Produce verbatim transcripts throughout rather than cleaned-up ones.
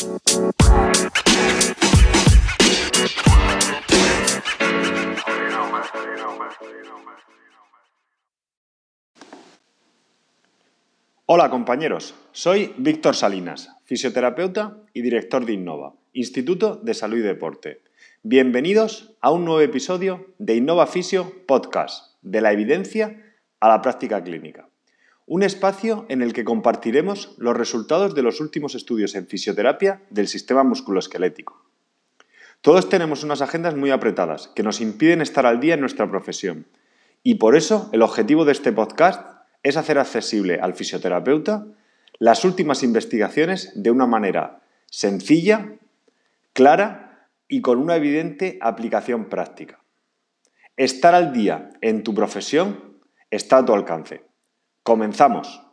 Hola compañeros, soy Víctor Salinas, fisioterapeuta y director de Innova, Instituto de Salud y Deporte. Bienvenidos a un nuevo episodio de Innova Fisio Podcast, de la evidencia a la práctica clínica. Un espacio en el que compartiremos los resultados de los últimos estudios en fisioterapia del sistema musculoesquelético. Todos tenemos unas agendas muy apretadas que nos impiden estar al día en nuestra profesión y por eso el objetivo de este podcast es hacer accesible al fisioterapeuta las últimas investigaciones de una manera sencilla, clara y con una evidente aplicación práctica. Estar al día en tu profesión está a tu alcance. ¡Comenzamos!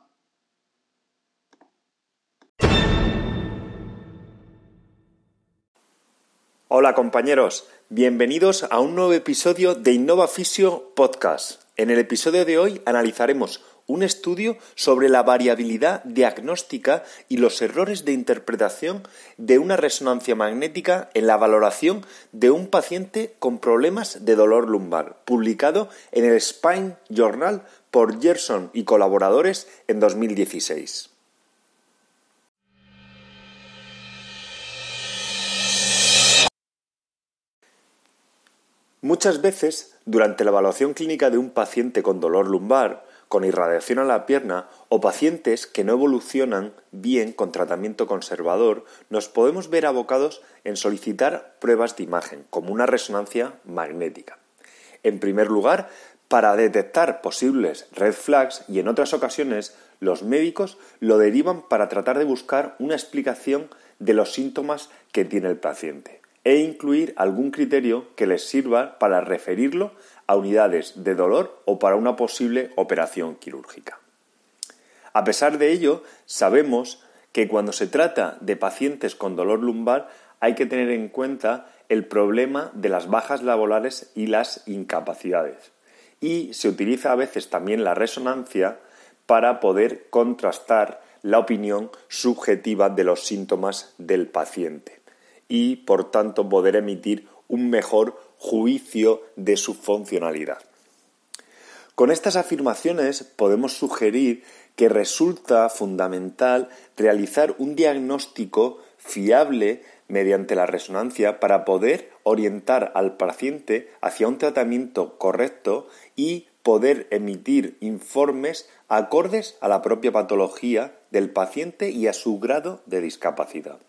Hola compañeros, bienvenidos a un nuevo episodio de Innova Fisio Podcast. En el episodio de hoy analizaremos un estudio sobre la variabilidad diagnóstica y los errores de interpretación de una resonancia magnética en la valoración de un paciente con problemas de dolor lumbar, publicado en el Spine Journal por Gerson y colaboradores en dos mil dieciséis. Muchas veces, durante la evaluación clínica de un paciente con dolor lumbar, con irradiación a la pierna o pacientes que no evolucionan bien con tratamiento conservador, nos podemos ver abocados en solicitar pruebas de imagen, como una resonancia magnética. En primer lugar, para detectar posibles red flags y en otras ocasiones los médicos lo derivan para tratar de buscar una explicación de los síntomas que tiene el paciente e incluir algún criterio que les sirva para referirlo a unidades de dolor o para una posible operación quirúrgica. A pesar de ello, sabemos que cuando se trata de pacientes con dolor lumbar hay que tener en cuenta el problema de las bajas laborales y las incapacidades. Y se utiliza a veces también la resonancia para poder contrastar la opinión subjetiva de los síntomas del paciente y, por tanto, poder emitir un mejor juicio de su funcionalidad. Con estas afirmaciones podemos sugerir que resulta fundamental realizar un diagnóstico fiable mediante la resonancia para poder orientar al paciente hacia un tratamiento correcto y poder emitir informes acordes a la propia patología del paciente y a su grado de discapacidad.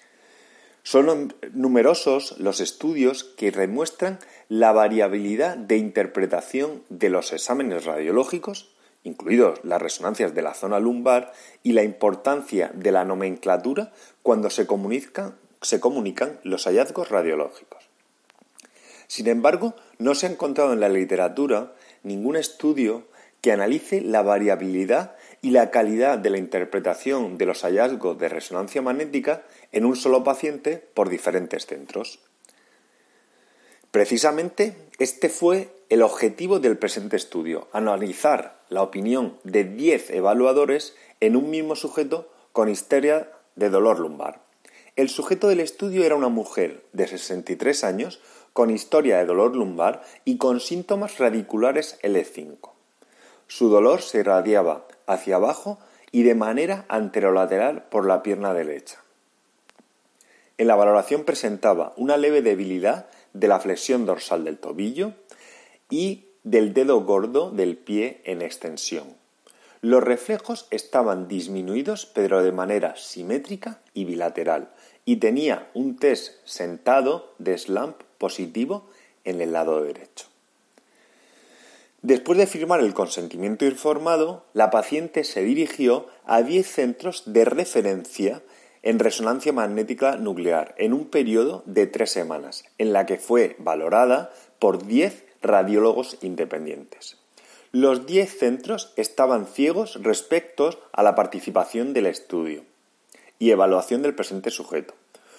Son numerosos los estudios que demuestran la variabilidad de interpretación de los exámenes radiológicos, incluidos las resonancias de la zona lumbar, y la importancia de la nomenclatura cuando se comunican, se comunican los hallazgos radiológicos. Sin embargo, no se ha encontrado en la literatura ningún estudio que analice la variabilidad y la calidad de la interpretación de los hallazgos de resonancia magnética en un solo paciente por diferentes centros. Precisamente, este fue el objetivo del presente estudio, analizar la opinión de diez evaluadores en un mismo sujeto con historia de dolor lumbar. El sujeto del estudio era una mujer de sesenta y tres años con historia de dolor lumbar y con síntomas radiculares L cinco. Su dolor se irradiaba hacia abajo y de manera anterolateral por la pierna derecha. En la valoración presentaba una leve debilidad de la flexión dorsal del tobillo y del dedo gordo del pie en extensión. Los reflejos estaban disminuidos pero de manera simétrica y bilateral y tenía un test sentado de SLAMP positivo en el lado derecho. Después de firmar el consentimiento informado, la paciente se dirigió a diez centros de referencia en resonancia magnética nuclear en un periodo de tres semanas, en la que fue valorada por diez radiólogos independientes. Los diez centros estaban ciegos respecto a la participación del estudio y evaluación del presente sujeto.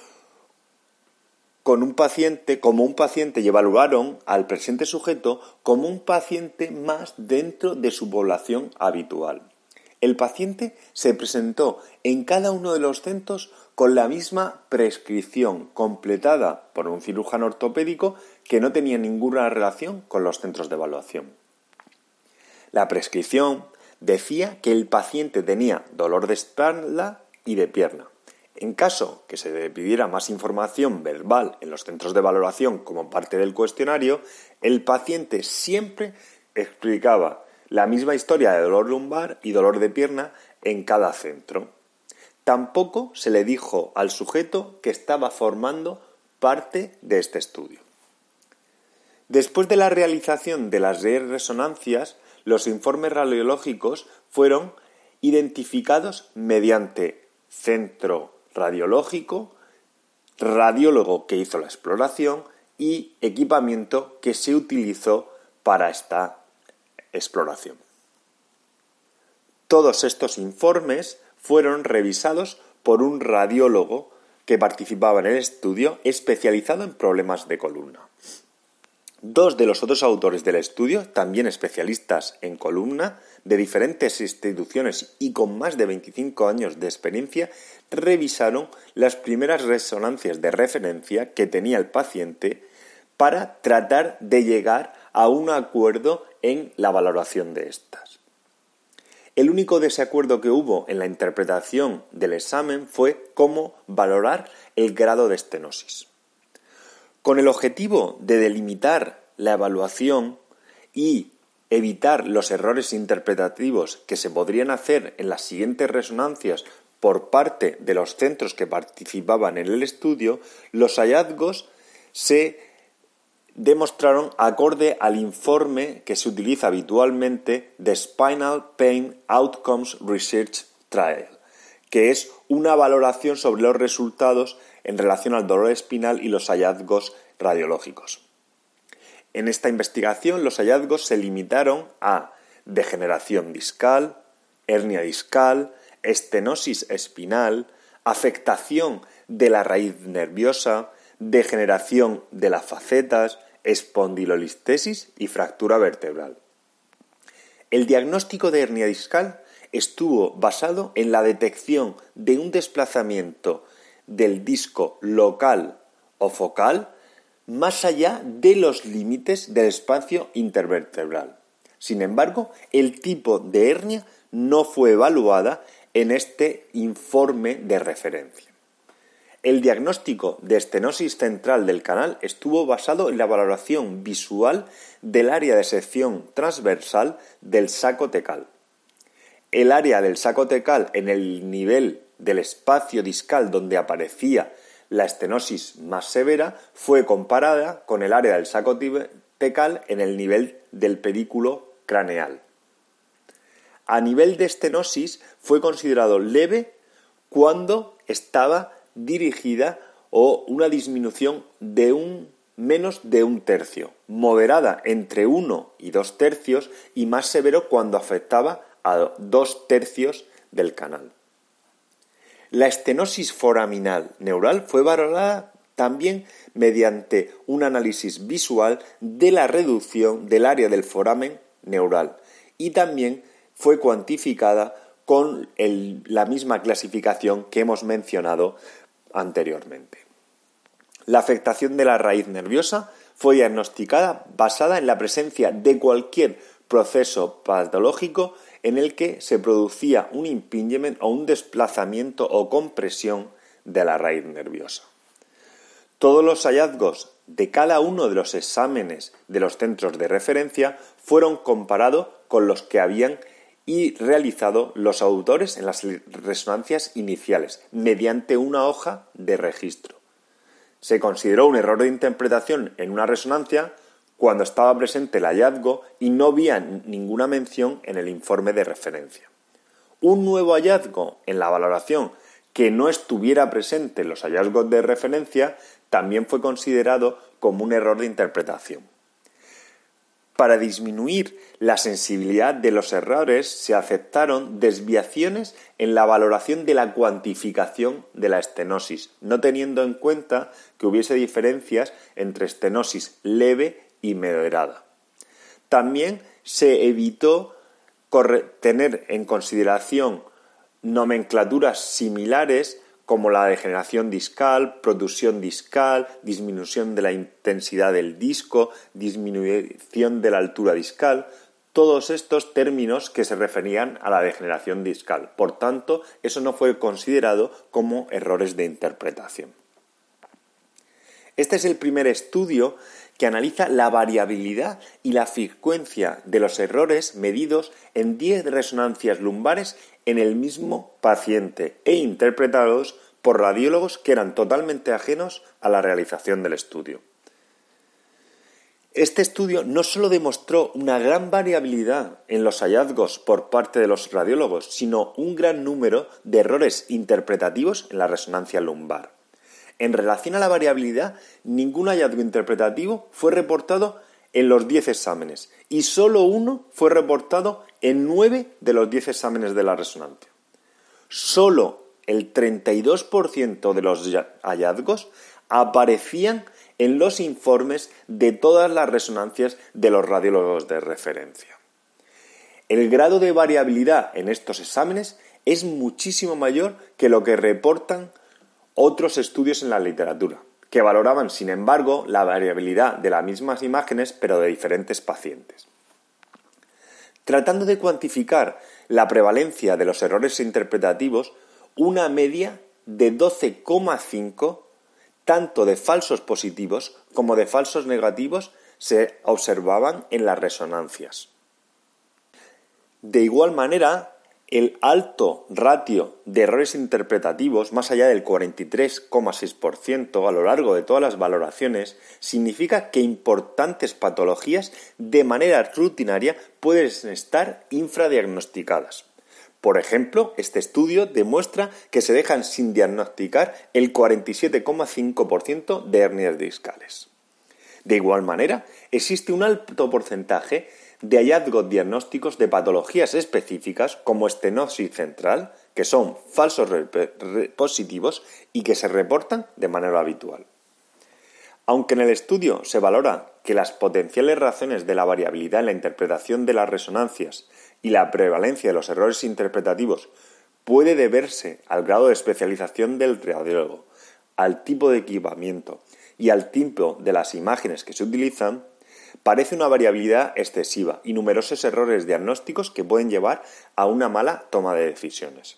Con un paciente, como un paciente y evaluaron al presente sujeto como un paciente más dentro de su población habitual. El paciente se presentó en cada uno de los centros con la misma prescripción completada por un cirujano ortopédico que no tenía ninguna relación con los centros de evaluación. La prescripción decía que el paciente tenía dolor de espalda y de pierna. En caso que se le pidiera más información verbal en los centros de valoración como parte del cuestionario, el paciente siempre explicaba la misma historia de dolor lumbar y dolor de pierna en cada centro. Tampoco se le dijo al sujeto que estaba formando parte de este estudio. Después de la realización de las resonancias, los informes radiológicos fueron identificados mediante centro radiológico, radiólogo que hizo la exploración y equipamiento que se utilizó para esta exploración. Todos estos informes fueron revisados por un radiólogo que participaba en el estudio especializado en problemas de columna. Dos de los otros autores del estudio, también especialistas en columna, de diferentes instituciones y con más de veinticinco años de experiencia, revisaron las primeras resonancias de referencia que tenía el paciente para tratar de llegar a un acuerdo en la valoración de estas. El único desacuerdo que hubo en la interpretación del examen fue cómo valorar el grado de estenosis. Con el objetivo de delimitar la evaluación y evitar los errores interpretativos que se podrían hacer en las siguientes resonancias por parte de los centros que participaban en el estudio, los hallazgos se demostraron acorde al informe que se utiliza habitualmente de Spinal Pain Outcomes Research Trial, que es una valoración sobre los resultados en relación al dolor espinal y los hallazgos radiológicos. En esta investigación los hallazgos se limitaron a degeneración discal, hernia discal, estenosis espinal, afectación de la raíz nerviosa, degeneración de las facetas, espondilolistesis y fractura vertebral. El diagnóstico de hernia discal estuvo basado en la detección de un desplazamiento del disco local o focal más allá de los límites del espacio intervertebral. Sin embargo, el tipo de hernia no fue evaluada en este informe de referencia. El diagnóstico de estenosis central del canal estuvo basado en la valoración visual del área de sección transversal del saco tecal. El área del saco tecal en el nivel del espacio discal donde aparecía la estenosis más severa fue comparada con el área del saco tecal en el nivel del pedículo craneal. A nivel de estenosis fue considerado leve cuando estaba dirigida o una disminución de un menos de un tercio, moderada entre uno y dos tercios y más severo cuando afectaba a dos tercios del canal. La estenosis foraminal neural fue valorada también mediante un análisis visual de la reducción del área del foramen neural y también fue cuantificada con el, la misma clasificación que hemos mencionado anteriormente. La afectación de la raíz nerviosa fue diagnosticada basada en la presencia de cualquier proceso patológico en el que se producía un impingement o un desplazamiento o compresión de la raíz nerviosa. Todos los hallazgos de cada uno de los exámenes de los centros de referencia fueron comparados con los que habían y realizado los autores en las resonancias iniciales, mediante una hoja de registro. Se consideró un error de interpretación en una resonancia cuando estaba presente el hallazgo y no había ninguna mención en el informe de referencia. Un nuevo hallazgo en la valoración que no estuviera presente en los hallazgos de referencia también fue considerado como un error de interpretación. Para disminuir la sensibilidad de los errores se aceptaron desviaciones en la valoración de la cuantificación de la estenosis, no teniendo en cuenta que hubiese diferencias entre estenosis leve y moderada. También se evitó tener en consideración nomenclaturas similares como la degeneración discal, protusión discal, disminución de la intensidad del disco, disminución de la altura discal, todos estos términos que se referían a la degeneración discal. Por tanto, eso no fue considerado como errores de interpretación. Este es el primer estudio que analiza la variabilidad y la frecuencia de los errores medidos en diez resonancias lumbares en el mismo paciente e interpretados por radiólogos que eran totalmente ajenos a la realización del estudio. Este estudio no solo demostró una gran variabilidad en los hallazgos por parte de los radiólogos, sino un gran número de errores interpretativos en la resonancia lumbar. En relación a la variabilidad, ningún hallazgo interpretativo fue reportado en los diez exámenes y solo uno fue reportado en nueve de los diez exámenes de la resonancia. Solo el treinta y dos por ciento de los hallazgos aparecían en los informes de todas las resonancias de los radiólogos de referencia. El grado de variabilidad en estos exámenes es muchísimo mayor que lo que reportan otros estudios en la literatura, que valoraban, sin embargo, la variabilidad de las mismas imágenes, pero de diferentes pacientes. Tratando de cuantificar la prevalencia de los errores interpretativos, una media de doce coma cinco tanto de falsos positivos como de falsos negativos se observaban en las resonancias. De igual manera, el alto ratio de errores interpretativos, más allá del cuarenta y tres coma seis por ciento a lo largo de todas las valoraciones, significa que importantes patologías de manera rutinaria pueden estar infradiagnosticadas. Por ejemplo, este estudio demuestra que se dejan sin diagnosticar el cuarenta y siete coma cinco por ciento de hernias discales. De igual manera, existe un alto porcentaje de hallazgos diagnósticos de patologías específicas como estenosis central, que son falsos positivos y que se reportan de manera habitual. Aunque en el estudio se valora que las potenciales razones de la variabilidad en la interpretación de las resonancias y la prevalencia de los errores interpretativos puede deberse al grado de especialización del radiólogo, al tipo de equipamiento y al tipo de las imágenes que se utilizan, parece una variabilidad excesiva y numerosos errores diagnósticos que pueden llevar a una mala toma de decisiones.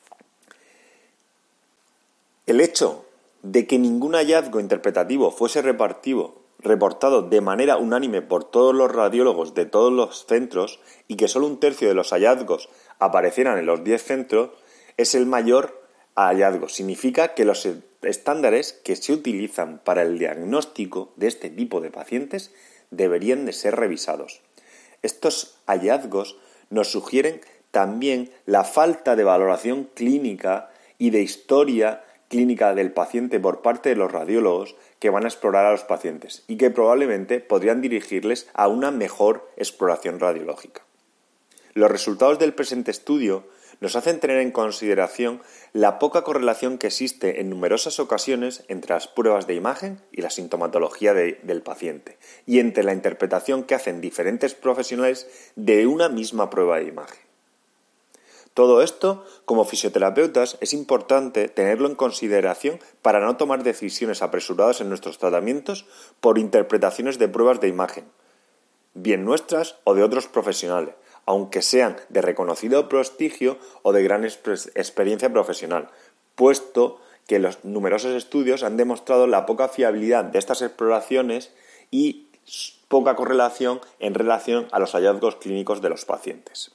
El hecho de que ningún hallazgo interpretativo fuese repartido, reportado de manera unánime por todos los radiólogos de todos los centros y que solo un tercio de los hallazgos aparecieran en los diez centros es el mayor hallazgo. Significa que los estándares que se utilizan para el diagnóstico de este tipo de pacientes deberían de ser revisados. Estos hallazgos nos sugieren también la falta de valoración clínica y de historia clínica del paciente por parte de los radiólogos que van a explorar a los pacientes y que probablemente podrían dirigirles a una mejor exploración radiológica. Los resultados del presente estudio nos hacen tener en consideración la poca correlación que existe en numerosas ocasiones entre las pruebas de imagen y la sintomatología de, del paciente y entre la interpretación que hacen diferentes profesionales de una misma prueba de imagen. Todo esto, como fisioterapeutas, es importante tenerlo en consideración para no tomar decisiones apresuradas en nuestros tratamientos por interpretaciones de pruebas de imagen, bien nuestras o de otros profesionales, aunque sean de reconocido prestigio o de gran experiencia profesional, puesto que los numerosos estudios han demostrado la poca fiabilidad de estas exploraciones y poca correlación en relación a los hallazgos clínicos de los pacientes.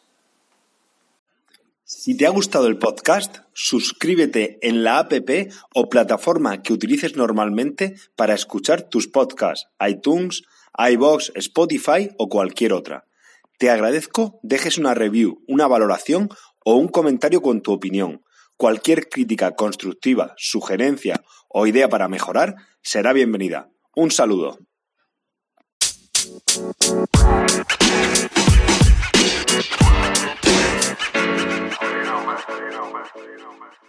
Si te ha gustado el podcast, suscríbete en la app o plataforma que utilices normalmente para escuchar tus podcasts, iTunes, iVoox, Spotify o cualquier otra. Te agradezco dejes una review, una valoración o un comentario con tu opinión. Cualquier crítica constructiva, sugerencia o idea para mejorar será bienvenida. Un saludo. You know, man. You know, man.